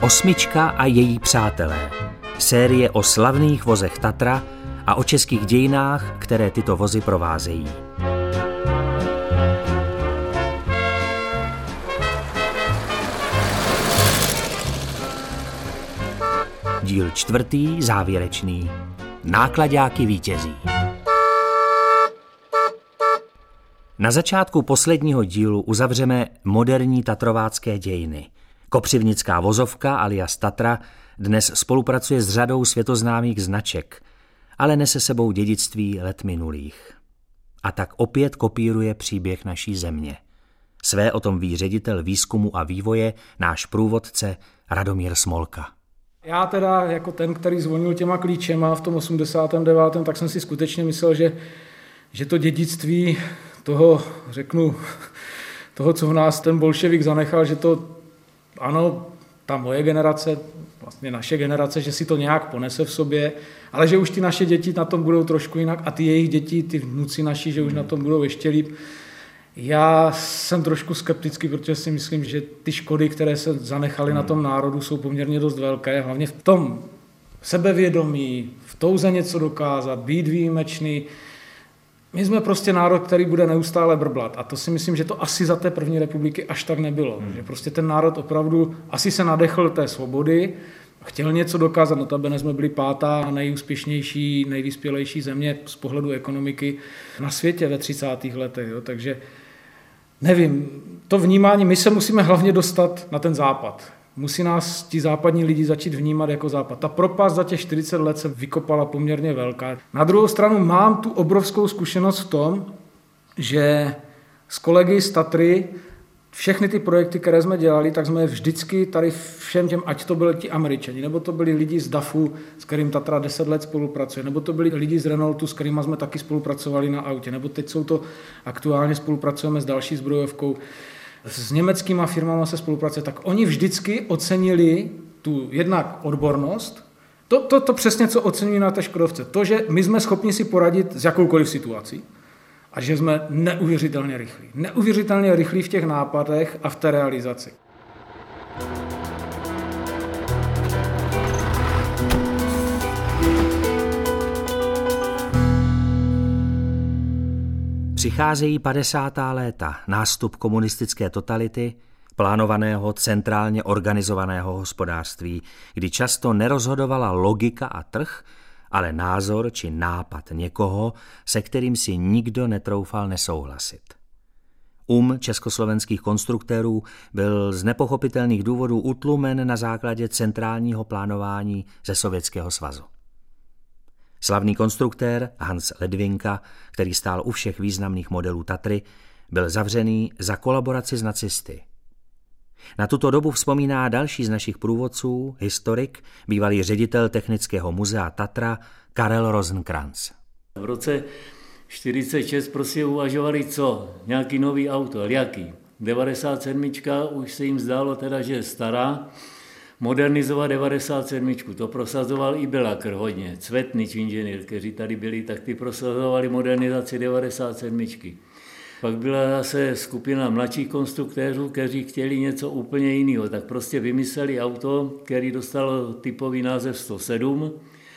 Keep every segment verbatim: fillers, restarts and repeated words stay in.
Osmička a její přátelé. Série o slavných vozech Tatra a o českých dějinách, které tyto vozy provázejí. Díl čtvrtý, závěrečný. Náklaďáky vítězí. Na začátku posledního dílu uzavřeme moderní tatrovácké dějiny. Kopřivnická vozovka alias Tatra dnes spolupracuje s řadou světoznámých značek, ale nese sebou dědictví let minulých. A tak opět kopíruje příběh naší země. Své o tom ví ředitel výzkumu a vývoje, náš průvodce Radomír Smolka. Já teda jako ten, který zvonil těma klíčema v tom osmdesátém devátém, tak jsem si skutečně myslel, že, že to dědictví toho, řeknu, toho, co v nás ten bolševik zanechal, že to, ano, ta moje generace, vlastně naše generace, že si to nějak ponese v sobě, ale že už ty naše děti na tom budou trošku jinak a ty jejich děti, ty vnuci naši, že už na tom budou ještě líp. Já jsem trošku skeptický, protože si myslím, že ty škody, které se zanechaly na tom národu, jsou poměrně dost velké, hlavně v tom sebevědomí, v touze něco dokázat, být výjimečný. My jsme prostě národ, který bude neustále brblat a to si myslím, že to asi za té první republiky až tak nebylo. Hmm. Že prostě ten národ opravdu asi se nadechl té svobody, chtěl něco dokázat, notabene jsme byli pátá a nejúspěšnější, nejvyspělejší země z pohledu ekonomiky na světě ve třicátých letech, jo, takže nevím, to vnímání, my se musíme hlavně dostat na ten západ. Musí nás ti západní lidi začít vnímat jako západ. Ta propast za těch čtyřicet let se vykopala poměrně velká. Na druhou stranu mám tu obrovskou zkušenost v tom, že s kolegy z Tatry všechny ty projekty, které jsme dělali, tak jsme vždycky tady všem těm, ať to byli ti Američani, nebo to byli lidi z dafu, s kterým Tatra deset let spolupracuje, nebo to byli lidi z Renaultu, s kterými jsme taky spolupracovali na autě, nebo teď jsou to aktuálně spolupracujeme s další zbrojovkou, s německýma firmama se spolupracuje, tak oni vždycky ocenili tu jednak odbornost, to, to, to přesně, co oceňují na té Škodovce, to, že my jsme schopni si poradit s jakoukoliv situací, a že jsme neuvěřitelně rychlí. Neuvěřitelně rychlí v těch nápadech a v té realizaci. Přicházejí padesátá léta, nástup komunistické totality, plánovaného centrálně organizovaného hospodářství, kdy často nerozhodovala logika a trh, ale názor či nápad někoho, se kterým si nikdo netroufal nesouhlasit. Um československých konstruktérů byl z nepochopitelných důvodů utlumen na základě centrálního plánování ze Sovětského svazu. Slavný konstruktér Hans Ledvinka, který stál u všech významných modelů Tatry, byl zavřený za kolaboraci s nacisty. Na tuto dobu vzpomíná další z našich průvodců, historik, bývalý ředitel Technického muzea Tatra Karel Rosenkrantz. V roce čtyřicet šest prostě uvažovali co? Nějaký nový auto, ale jaký? devadesát sedm už se jim zdálo teda, že je stará. Modernizovat devadesát sedm, to prosazoval i Belaker hodně. Cvetnič inženýr, kteří tady byli, tak ty prosazovali modernizaci devadesát sedm. Pak byla zase skupina mladších konstruktérů, kteří chtěli něco úplně jiného, tak prostě vymysleli auto, který dostalo typový název sto sedm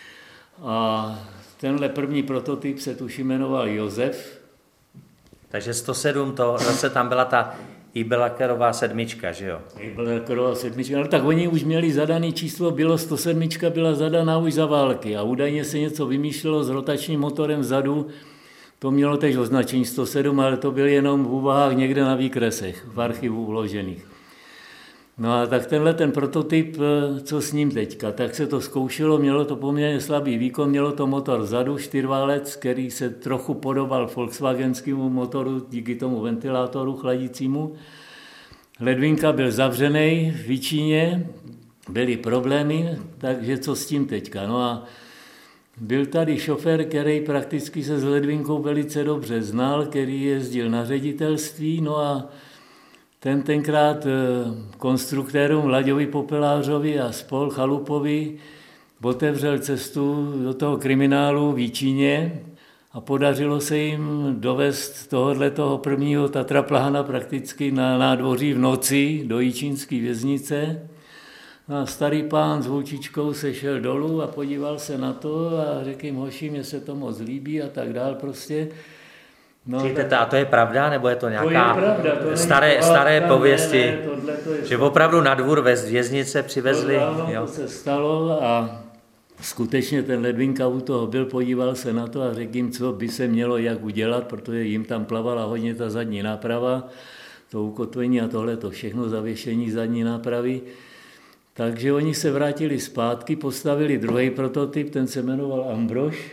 a tenhle první prototyp se tuším jmenoval Josef. Takže sto sedm, to zase tam byla ta Ibelakerová sedmička, že jo? Ibelakerová sedmička, ale tak oni už měli zadaný číslo, bylo sto sedm, byla zadaná už za války a údajně se něco vymýšlelo s rotačním motorem vzadu. To mělo tež označení sto sedm, ale to byl jenom v úvahách někde na výkresech, v archivu vložených. No a tak tenhle ten prototyp, co s ním teďka, tak se to zkoušelo, mělo to poměrně slabý výkon, mělo to motor vzadu, čtyřválec, který se trochu podobal volkswagenskému motoru díky tomu ventilátoru chladicímu. Ledvinka byl zavřený v Výčíně, byly problémy, takže co s tím teďka? No a byl tady šofér, který prakticky se s Ledvinkou velice dobře znal, který jezdil na ředitelství, no a ten tenkrát konstruktérům Laďovi Popelářovi a spol Chalupovi otevřel cestu do toho kriminálu v Jičíně a podařilo se jim dovést tohoto prvního tatraplána prakticky na nádvoří v noci do jičínské věznice. A starý pán s holčičkou se šel dolů a podíval se na to a řekl jim, hoši, mně se to moc líbí a tak dál prostě. No, tak... A to je pravda, nebo je to nějaká to je pravda, to staré, pravda, staré pověsti, ne, ne, to je že opravdu na dvůr ve věznice přivezli? To, jo. To se stalo a skutečně ten Ledvinka u toho byl, podíval se na to a řekl jim, co by se mělo jak udělat, protože jim tam plavala hodně ta zadní náprava, to ukotvení a tohle, to všechno zavěšení zadní nápravy. Takže oni se vrátili zpátky, postavili druhý prototyp, ten se jmenoval Ambrož.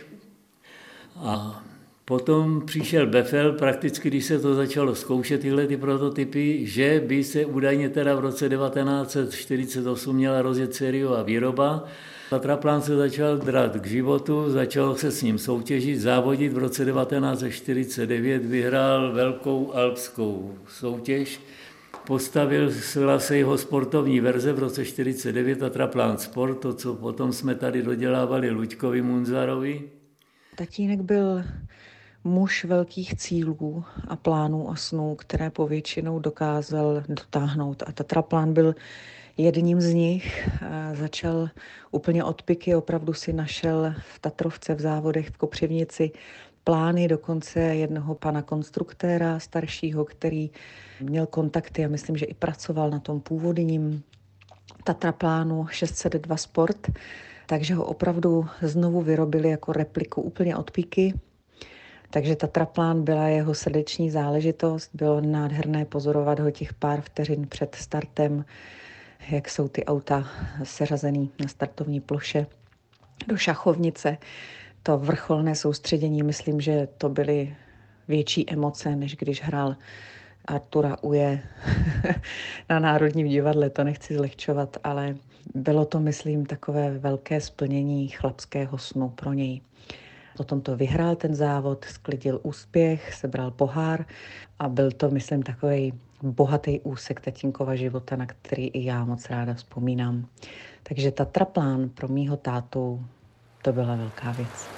A potom přišel Befel, prakticky když se to začalo zkoušet, tyhle ty prototypy, že by se údajně teda v roce devatenáct set čtyřicet osm měla rozjet sériová výroba. Tatraplán se začal drát k životu, začalo se s ním soutěžit, závodit. V roce devatenáct set čtyřicet devět vyhrál velkou alpskou soutěž. Postavil se jeho sportovní verze v roce čtyřicet devět Tatraplán Sport, to, co potom jsme tady dodělávali Luďkovi Munzarovi. Tatínek byl muž velkých cílů a plánů a snů, které povětšinou dokázal dotáhnout. A Tatraplán byl jedním z nich. Začal úplně od piky, opravdu si našel v Tatrovce v závodech v Kopřivnici plány dokonce jednoho pana konstruktéra staršího, který měl kontakty a myslím, že i pracoval na tom původním Tatraplánu šest set dva Sport, takže ho opravdu znovu vyrobili jako repliku úplně od píky. Takže Tatraplán byla jeho srdeční záležitost, bylo nádherné pozorovat ho těch pár vteřin před startem, jak jsou ty auta seřazený na startovní ploše do šachovnice. To vrcholné soustředění, myslím, že to byly větší emoce, než když hrál Artura Uje na Národním divadle, to nechci zlehčovat, ale bylo to, myslím, takové velké splnění chlapského snu pro něj. Potom to vyhrál ten závod, sklidil úspěch, sebral pohár a byl to, myslím, takový bohatý úsek tatínkova života, na který i já moc ráda vzpomínám. Takže Tatraplán pro mýho tátu to byla velká věc.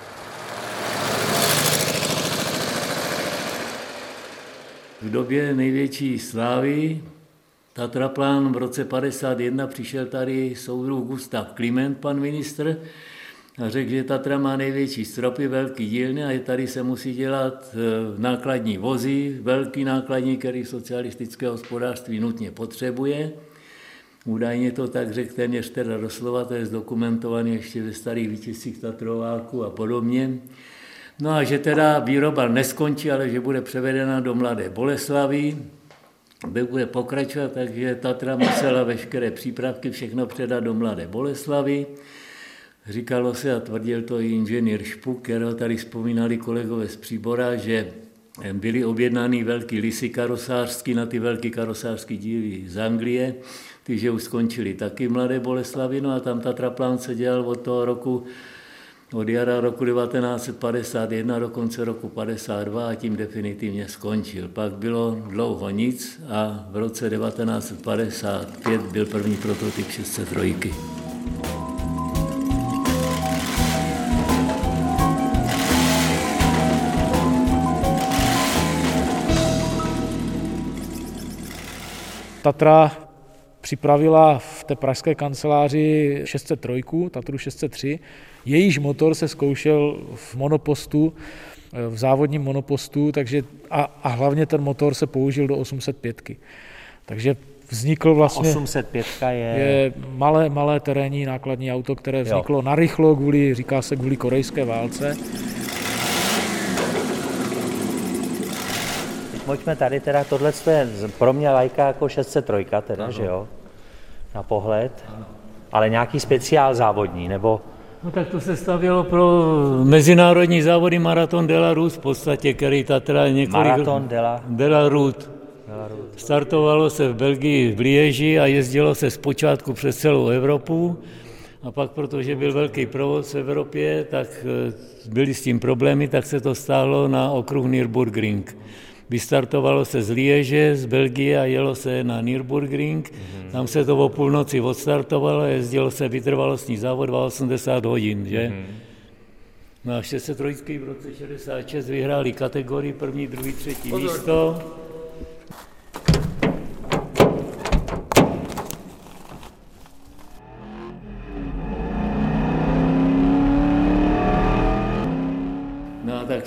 V době největší slávy Tatraplán v roce padesát jedna přišel tady soudruh Gustav Kliment, pan ministr, a řekl, že Tatra má největší stropy, velký dílny a tady se musí dělat nákladní vozy, velký nákladní, který socialistické hospodářství nutně potřebuje. Údajně to tak řekl téměř teda doslova, to je zdokumentované ještě ve starých výtiscích Tatrováků a podobně. No a že teda výroba neskončí, ale že bude převedena do Mladé Boleslavi, bude pokračovat, takže Tatra musela veškeré přípravky všechno předat do Mladé Boleslavy. Říkalo se a tvrdil to i inženýr Špuk, kterého tady vzpomínali kolegové z Příbora, že byly objednány velký lisy karosářský na ty velký karosářský díly z Anglie, ty, že už skončili taky v Mladé Boleslavi, no a tam Tatraplán se dělal od toho roku, od jara roku devatenáct set padesát jedna do konce roku padesát dva a tím definitivně skončil. Pak bylo dlouho nic a v roce devatenáct set padesát pět byl první prototyp šest set tři. Tatra připravila v té pražské kanceláři šest set tři, Tatru šest set tři. Jejíž motor se zkoušel v monopostu, v závodním monopostu, takže a, a hlavně ten motor se použil do osm set pět. Takže vznikl vlastně... osm set pět je... je malé, malé terénní nákladní auto, které vzniklo jo. narychlo kvůli, říká se, kvůli korejské válce. Pojďme tady, teda tohle je pro mě lajka jako šest set tři, teda, ano. Že jo, na pohled, ano. Ale nějaký speciál závodní, nebo... No tak to se stavělo pro mezinárodní závody Marathon de la Route v podstatě, který Tatra několik... Marathon de la... de la Route. Startovalo se v Belgii v Liéži a jezdilo se zpočátku přes celou Evropu a pak, protože byl velký provoz v Evropě, tak byly s tím problémy, tak se to stáhlo na okruh Nürburgring. Vystartovalo se z Liéže, z Belgie a jelo se na Nürburgring. Mm-hmm. Tam se to o půlnoci odstartovalo, jezdilo se vytrvalostní závod osmdesát hodin, že? Mm-hmm. No a šest set tři v roce šedesát šest vyhráli kategorii první, druhý, třetí Pozor. místo.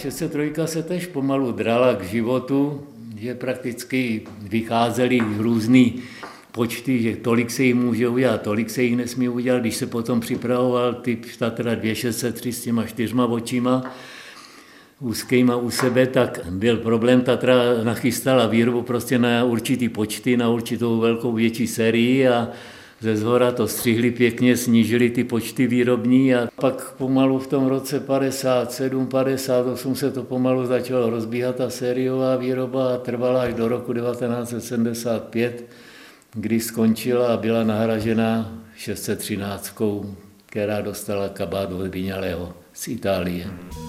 šest set tři se tež pomalu drala k životu, že prakticky vycházely různý počty, že tolik se jich může udělat, tolik se jich nesmí udělat. Když se potom připravoval typ Tatra dvě šest set tři s těma čtyřma očima, úzkýma u sebe, tak byl problém. Tatra nachystala výrobu prostě na určitý počty, na určitou velkou větší sérii a ze zhora to střihli pěkně, snížili ty počty výrobní a pak pomalu v tom roce padesát sedm padesát osm se to pomalu začalo rozbíhat ta sériová výroba a trvala až do roku devatenáct set sedmdesát pět, kdy skončila a byla nahražena šest set třináct, která dostala kabát od Vignaleho z Itálie.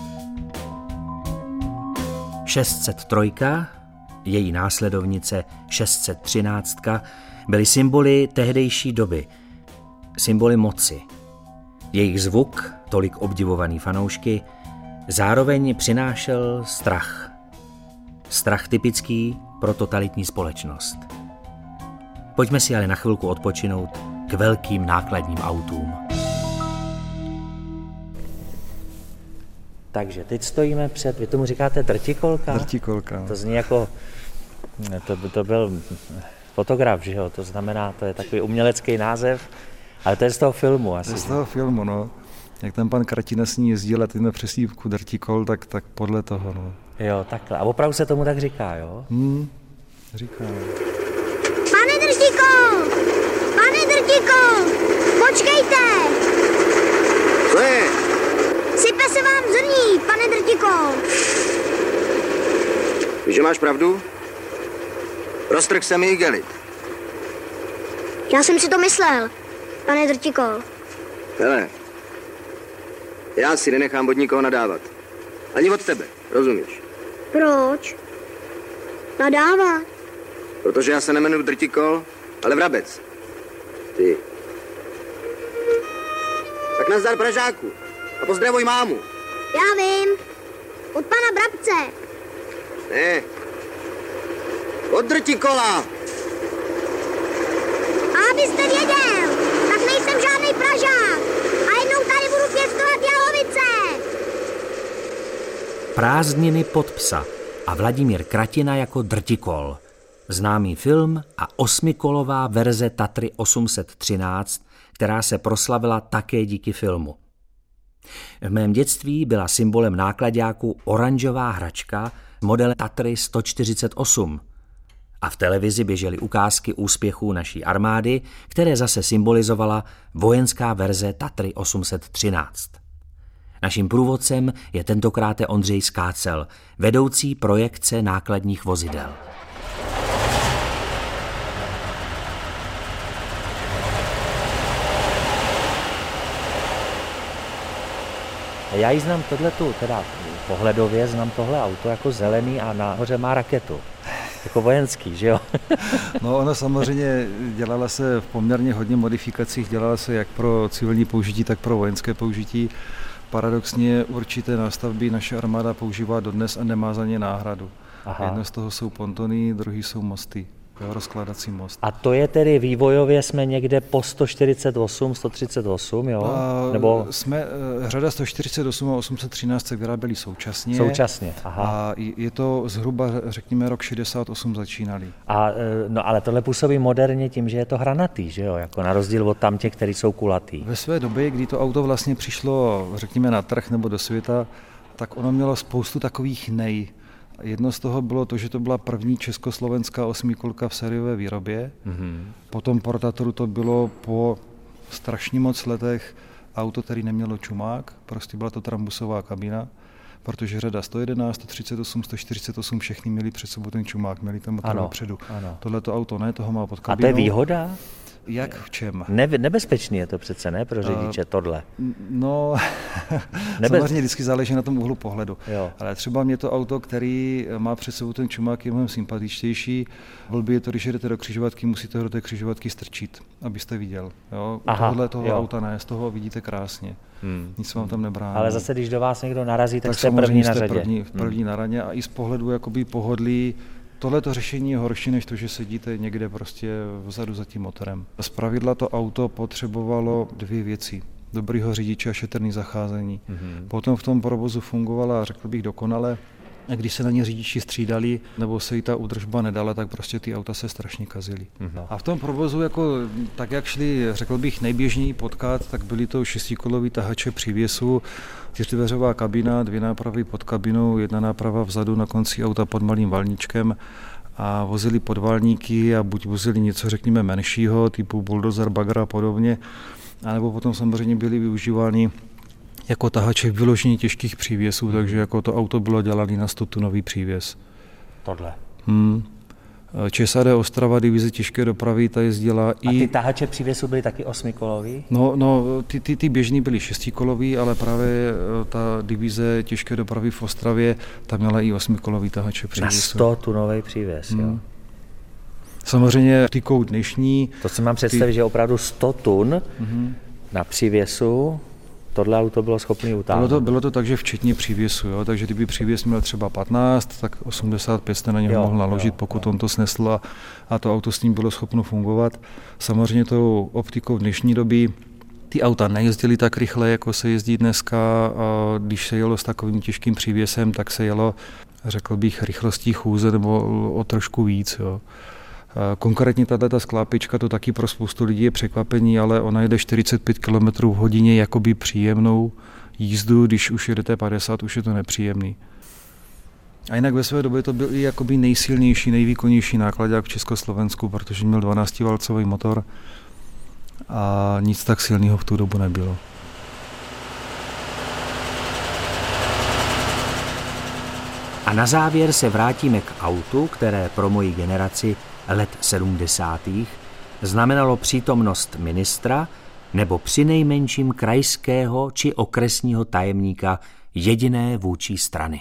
šest set tři, její následovnice šest set třináct, byly symboly tehdejší doby, symboly moci. Jejich zvuk, tolik obdivovaný fanoušky, zároveň přinášel strach. Strach typický pro totalitní společnost. Pojďme si ale na chvilku odpočinout k velkým nákladním autům. Takže teď stojíme před, vy tomu říkáte drtikolka? Drtikolka. To zní jako, to, to byl fotograf, že jo, to znamená, to je takový umělecký název, ale to je z toho filmu asi. To je z toho filmu, no. Jak ten pan Kratina s ní jezdil a týdne přesívku Drtikol, tak, tak podle toho, no. Jo, takhle. A opravdu se tomu tak říká, jo? Hmm, říká. Pane Drtikol! Pane Drtikol! Počkejte! Co je? Sype se vám zrní, pane Drtikol! Víš, že máš pravdu? Roztrh se mi igelit. Já jsem si to myslel, pane Drtikol. Hele, já si nenechám od nikoho nadávat. Ani od tebe, rozumíš? Proč? Nadávat? Protože já se nemenuji Drtikol, ale Vrabec. Ty. Tak nazdar Pražáku a pozdravuj mámu. Já vím. Od pana Brabce. Ne. Od Drtikola. A abyste věděl, tak nejsem žádný Pražák. A jednou tady budu pěstovat jalovice. Prázdniny pod psa a Vladimír Kratina jako Drtikol. Známý film a osmikolová verze Tatry osm set třináct, která se proslavila také díky filmu. V mém dětství byla symbolem náklaďáků oranžová hračka model Tatry sto čtyřicet osm. A v televizi běžely ukázky úspěchů naší armády, které zase symbolizovala vojenská verze Tatry osm set třináct. Naším průvodcem je tentokrát Ondřej Skácel, vedoucí projekce nákladních vozidel. Já ji znám tohletu, teda pohledově znám tohle auto jako zelený a nahoře má raketu. Jako vojenský, že jo? No ono samozřejmě dělala se v poměrně hodně modifikacích, dělala se jak pro civilní použití, tak pro vojenské použití. Paradoxně určité nástavby naše armáda používá dodnes a nemá za ně náhradu. Aha. Jedno z toho jsou pontony, druhý jsou mosty. Jo, rozkládací most. A to je tedy vývojově jsme někde po sto čtyřicet osm, sto třicet osm, jo? A Nebo... Jsme, řada sto čtyřicet osm a osm set třináct se vyráběly současně. Současně, aha. A je to zhruba, řekněme, rok šedesát osm začínali. A, no ale tohle působí moderně tím, že je to hranatý, že jo? Jako na rozdíl od tam těch, který jsou kulatý. Ve své době, kdy to auto vlastně přišlo, řekněme, na trh nebo do světa, tak ono mělo spoustu takových nej. Jedno z toho bylo to, že to byla první československá osmikolka v sériové výrobě. Mm-hmm. Potom po Tatoru to bylo po strašně moc letech auto, který nemělo čumák, prostě byla to trambusová kabina, protože řada sto jedenáct, sto třicet osm, sto čtyřicet osm, všechny měli před sebou ten čumák, měli ten motor dopředu. Tohleto auto ne, toho má pod kabinou. A to je výhoda? Jak v čem? Ne, nebezpečný je to přece, ne, pro řidiče, uh, tohle? No, Nebe... samozřejmě vždycky záleží na tom úhlu pohledu. Jo. Ale třeba mě to auto, který má před sebou ten čumák, je mnohem sympatičtější. Blbý je to, když jdete do křižovatky, musíte ho do té křižovatky strčit, abyste viděl. Jo? Aha, tohle toho jo. auta ne, z toho vidíte krásně. Hmm. Nic vám tam nebrání. Ale zase, když do vás někdo narazí, tak, tak jste první na řadě. První, první hmm. na radě a i z pohledu jakoby pohodlí. Tohleto řešení je horší, než to, že sedíte někde prostě vzadu za tím motorem. Zpravidla to auto potřebovalo dvě věci. dobrýho řidiče a šetrný zacházení. Mm-hmm. Potom v tom provozu fungovala, řekl bych, dokonale. A když se na ně řidiči střídali, nebo se jí ta údržba nedala, tak prostě ty auta se strašně kazily. Mm-hmm. A v tom provozu, jako, tak jak šli, řekl bych, nejběžněji potkat, tak byly to šestikolový tahače přívěsu, čtyřdveřová kabina, dvě nápravy pod kabinou, jedna náprava vzadu na konci auta pod malým valníčkem a vozili podvalníky a buď vozili něco, řekněme, menšího, typu buldozer, bagr a podobně, anebo potom samozřejmě byly využívány jako tahače vyložení těžkých přívěsů, takže jako to auto bylo dělané na sto tunový přívěs. Tohle. Hmm. ČSAD Ostrava, divize těžké dopravy, ta jezdila i... A ty tahače přívěsů byly taky osmikolový? No, no ty, ty, ty běžný byly šestikolový, ale právě ta divize těžké dopravy v Ostravě, ta měla i osmikolový tahače přívěsů. Na sto tunový přívěs, hmm. jo. Samozřejmě tykou dnešní... To si mám představit, ty... že opravdu sto tun hmm. na přívěsu. Tohle auto bylo schopné utáhnout. Bylo to, bylo to tak, že včetně přívěsu, jo? Takže kdyby přívěs měl třeba patnáct, tak osmdesát pět jste na něho jo, mohl naložit, jo, pokud jo. on to snesl a, a to auto s ním bylo schopno fungovat. Samozřejmě tou optikou dnešní doby ty auta nejezdily tak rychle, jako se jezdí dneska. A když se jelo s takovým těžkým přívěsem, tak se jelo, řekl bych, rychlostí chůze nebo o trošku víc. Jo? Konkrétně tato sklápička, to taky pro spoustu lidí je překvapení, ale ona jede čtyřicet pět kilometrů v hodině jakoby příjemnou jízdu, když už jedete padesát, už je to nepříjemný. A jinak ve své době to byl i jakoby nejsilnější, nejvýkonnější nákladák v Československu, protože měl dvanáctivalcový motor a nic tak silného v tu dobu nebylo. A na závěr se vrátíme k autu, které pro moji generaci let sedmdesátých znamenalo přítomnost ministra nebo přinejmenším krajského či okresního tajemníka jediné vůdčí strany.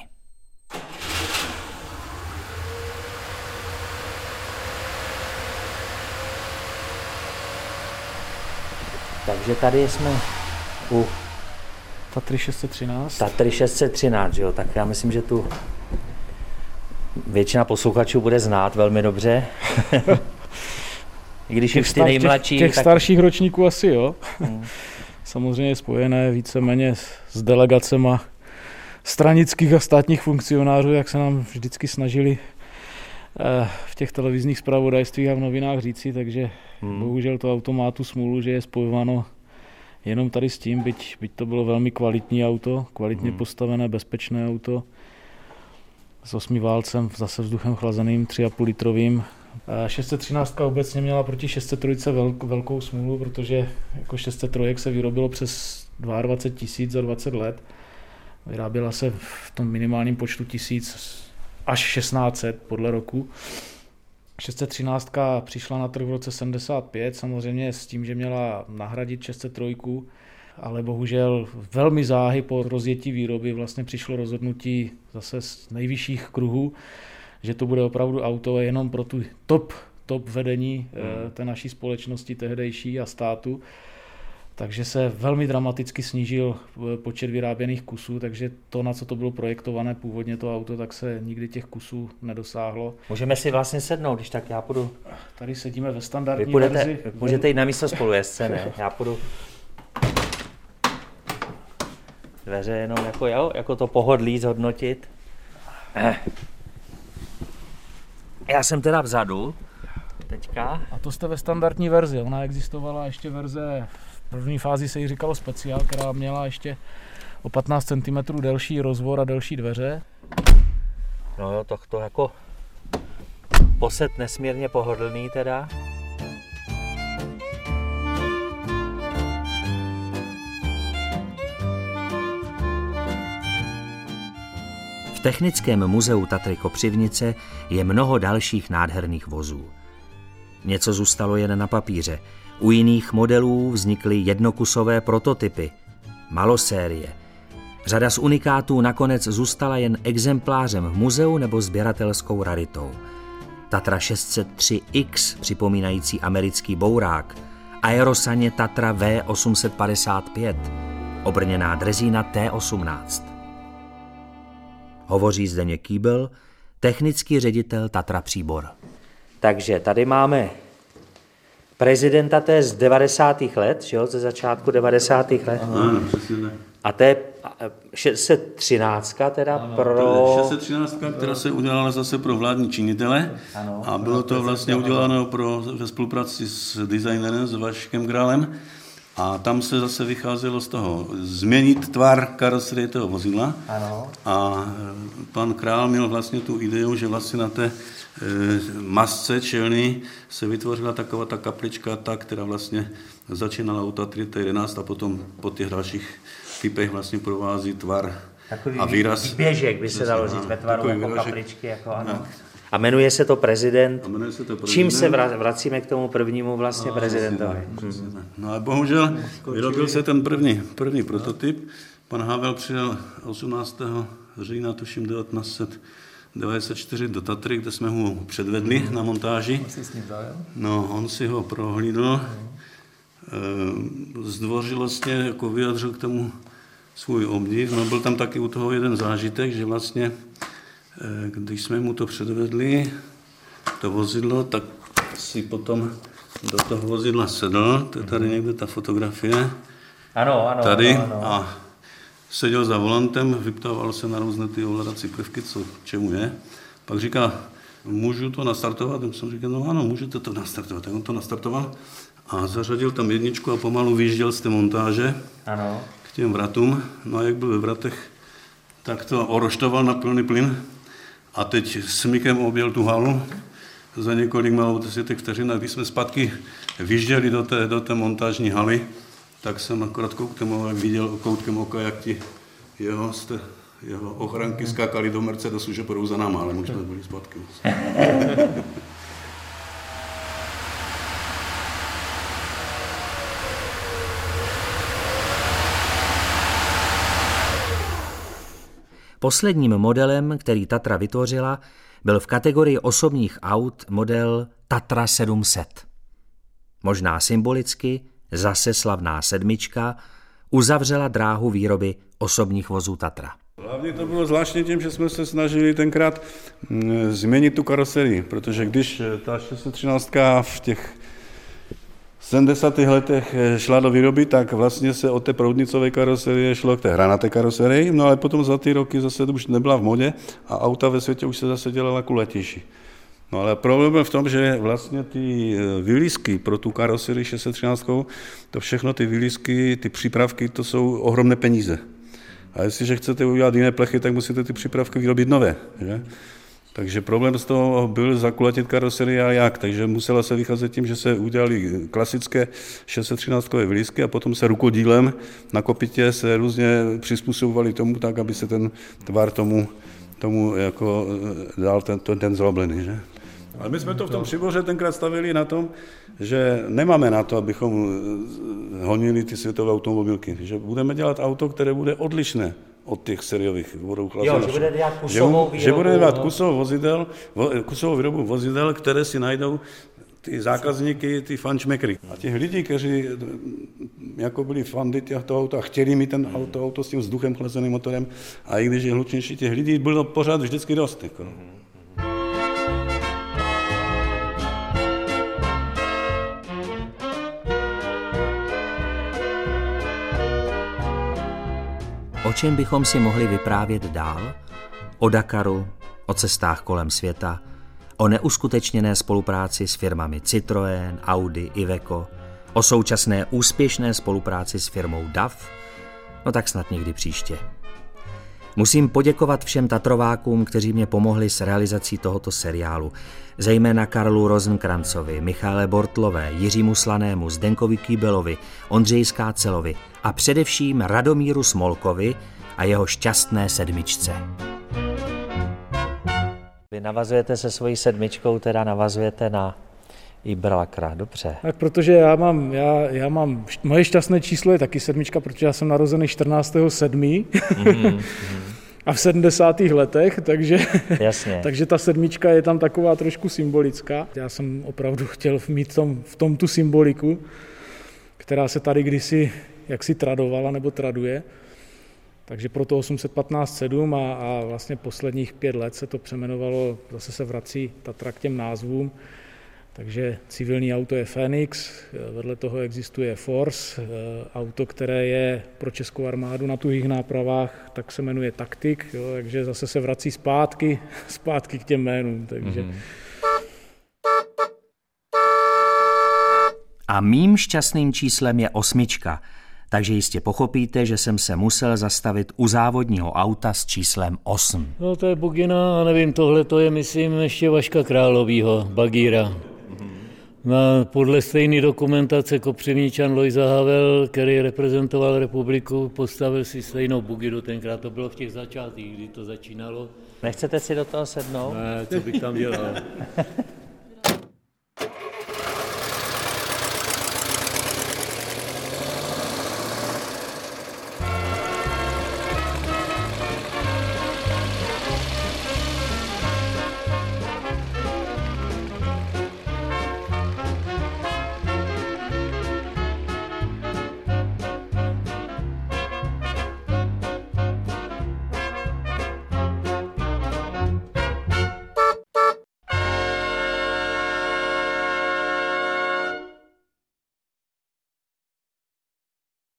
Takže tady jsme u Tatry šest set třináct. Tatry šest set třináct, jo, tak já myslím, že tu většina posluchačů bude znát velmi dobře. I když už ty nejmladší... Těch, těch tak... starších ročníků asi, jo. Hmm. Samozřejmě spojené víceméně s delegacema stranických a státních funkcionářů, jak se nám vždycky snažili v těch televizních zpravodajstvích a v novinách říci, takže hmm. bohužel to auto má tu smůlu, že je spojováno jenom tady s tím, byť, byť to bylo velmi kvalitní auto, kvalitně hmm. postavené, bezpečné auto, s osmi válcem, zase vzduchem chlazeným, tři a půl litrovým. šest set třináct obecně měla proti šest set tři velk, velkou smůlu, protože jako šest set tři se vyrobilo přes dvacet dva tisíc za dvacet let. Vyráběla se v tom minimálním počtu tisíc až šestnáct set podle roku. šest set třináct přišla na trh v roce sedmdesát pět, samozřejmě s tím, že měla nahradit šest set tři, ale bohužel velmi záhy po rozjetí výroby vlastně přišlo rozhodnutí zase z nejvyšších kruhů, že to bude opravdu auto jenom pro tu top, top vedení hmm. té naší společnosti tehdejší a státu. Takže se velmi dramaticky snížil počet vyráběných kusů, takže to, na co to bylo projektované původně to auto, tak se nikdy těch kusů nedosáhlo. Můžeme si vlastně sednout, když tak já půjdu. Tady sedíme ve standardní Vy půjdete, verzi. Můžete jít na místo spolujezdce, ne? Já půjdu. Dveře jenom jako, jo, jako to pohodlí zhodnotit. Eh. Já jsem teda vzadu teďka. A to jste ve standardní verzi. Ona existovala ještě verze, v první fázi se jí říkalo speciál, která měla ještě o patnáct centimetrů delší rozvor a delší dveře. No jo, to, to jako posed nesmírně pohodlný teda. V Technickém muzeu Tatry Kopřivnice je mnoho dalších nádherných vozů. Něco zůstalo jen na papíře. U jiných modelů vznikly jednokusové prototypy, malosérie. Řada z unikátů nakonec zůstala jen exemplářem v muzeu nebo sběratelskou raritou. Tatra šest set tři X, připomínající americký bourák, aerosaně Tatra V osm set padesát pět, obrněná drezína T osmnáct. Hovoří Zdeněk Kýbl, technický ředitel Tatra Příbor. Takže tady máme prezidenta, to je z devadesátých let, že jo, ze začátku devadesátých let. Ano, přesně tak. A to je šest set třináct teda ano, pro... To je šest set třináct, která se udělala zase pro vládní činitele ano, a bylo to vlastně uděláno pro, ve spolupráci s designerem, s Vaškem Grálem a tam se zase vycházelo z toho změnit tvar karoserie toho vozidla ano. A pan Král měl vlastně tu ideu, že vlastně na té masce čelný se vytvořila taková ta kaplička, ta, která vlastně začínala u Tatry T jedenáct a potom po těch dalších typech vlastně provází tvar takový a výraz. Běžek by se dalo říct ve tvaru jako výražek. Kapličky. Jako ano. A jmenuje se to prezident. Jmenuje se to prezident. Čím se vracíme k tomu prvnímu vlastně no, prezidentovi? Hmm. No a bohužel vyrobil se ten první, první prototyp. Pan Havel přijel osmnáctého října, tuším devatenáct set devadesát čtyři do Tatry, kde jsme ho předvedli na montáži. No, on si ho prohlídl. Zdvořilostně jako vyjadřil k tomu svůj obdiv. No, byl tam taky u toho jeden zážitek, že vlastně, když jsme mu to předvedli, to vozidlo, tak si potom do toho vozidla sedl. To je tady někde ta fotografie. Ano, ano, tady. ano, ano. A seděl za volantem, vyptával se na různé ty ovládací prvky, co čemu je. Pak říká, můžu to nastartovat? Já jsem říkal, no ano, můžete to nastartovat. Tak on to nastartoval a zařadil tam jedničku a pomalu vyjížděl z té montáže ano. k těm vratům. No a jak byl ve vratech, tak to oroštoval na plný plyn a teď smykem objel tu halu za několik malou desítek vteřin a když jsme zpátky vyjížděli do té, do té montážní haly, tak jsem akorát koutkem, jak viděl koutkem oka, jak ti jeho, jste, jeho ochranky skákali do Mercedesu, že půjdou za náma, ale možná byli zpátky. Posledním modelem, který Tatra vytvořila, byl v kategorii osobních aut model Tatra sedm set. Možná symbolicky, zase slavná sedmička uzavřela dráhu výroby osobních vozů Tatra. Hlavně to bylo zvláštně tím, že jsme se snažili tenkrát změnit tu karoserii, protože když ta šest set třináct v těch sedmdesátých letech šla do výroby, tak vlastně se od té proudnicové karoserie šlo k té hranaté karoserii, no ale potom za ty roky zase to už nebyla v modě a auta ve světě už se zase dělala kulatější. No ale problém je v tom, že vlastně ty výlisky pro tu karoserii šest set třináct, to všechno ty výlisky, ty přípravky, to jsou ohromné peníze. A jestliže chcete udělat jiné plechy, tak musíte ty přípravky vyrobit nové. Že? Takže problém z toho byl zakulatit karoserii a jak. Takže musela se vycházet tím, že se udělali klasické šest set třináct výlisky a potom se rukodílem na kopytě se různě přizpůsobovali tomu tak, aby se ten tvar tomu, tomu jako dal ten, ten, ten zroblený. Že? Ale my jsme to v tom Přiboře tenkrát stavili na tom, že nemáme na to, abychom honili ty světové automobilky. Že budeme dělat auto, které bude odlišné od těch sériových. Jo, že bude dělat kusovou výrobu. Že bude dělat kusovou, vozidel, kusovou výrobu vozidel, které si najdou ty zákazníky, ty fančmekry. A těch lidí, kteří jako byli fandy těchto auta, chtěli mít ten auto, auto s tím vzduchem chlazeným motorem, a i když je hlučnější, těch lidí bylo pořád vždycky dost. Jako. O čem bychom si mohli vyprávět dál? O Dakaru, o cestách kolem světa, o neuskutečněné spolupráci s firmami Citroën, Audi, Iveco, o současné úspěšné spolupráci s firmou D A F? No tak snad někdy příště. Musím poděkovat všem Tatrovákům, kteří mě pomohli s realizací tohoto seriálu, zejména Karlu Rozenkrancovi, Michaele Bortlové, Jiřímu Slanému, Zdenkovi Kýbelovi, Ondřeji Skácelovi a především Radomíru Smolkovi a jeho šťastné sedmičce. Vy navazujete se svojí sedmičkou, teda navazujete na Iberlakra, dobře. Tak protože já mám, já, já mám, moje šťastné číslo je taky sedmička, protože já jsem narozený čtrnáctého sedmého Mm-hmm. a v sedmdesátých letech, takže, Jasně. takže ta sedmička je tam taková trošku symbolická. Já jsem opravdu chtěl mít tom, v tom tu symboliku, která se tady kdysi jaksi tradovala nebo traduje. Takže proto osm set patnáct sedm a, a vlastně posledních pět let se to přeměnovalo, zase se vrací Tatra k těm názvům. Takže civilní auto je Phoenix, vedle toho existuje Force, auto, které je pro českou armádu na tuhých nápravách, tak se jmenuje Taktik, jo, takže zase se vrací zpátky, zpátky k těm jménům. Takže. Mm-hmm. A mým šťastným číslem je osmička, takže jistě pochopíte, že jsem se musel zastavit u závodního auta s číslem osm. No to je Bugina a nevím, tohle to je, myslím, ještě Vaška Královýho, Bagíra. Na, podle stejné dokumentace Kopřivničan Lojza Havel, který reprezentoval republiku, postavil si stejnou Buginu, tenkrát to bylo v těch začátcích, kdy to začínalo. Nechcete si do toho sednout? Ne, co bych tam dělal.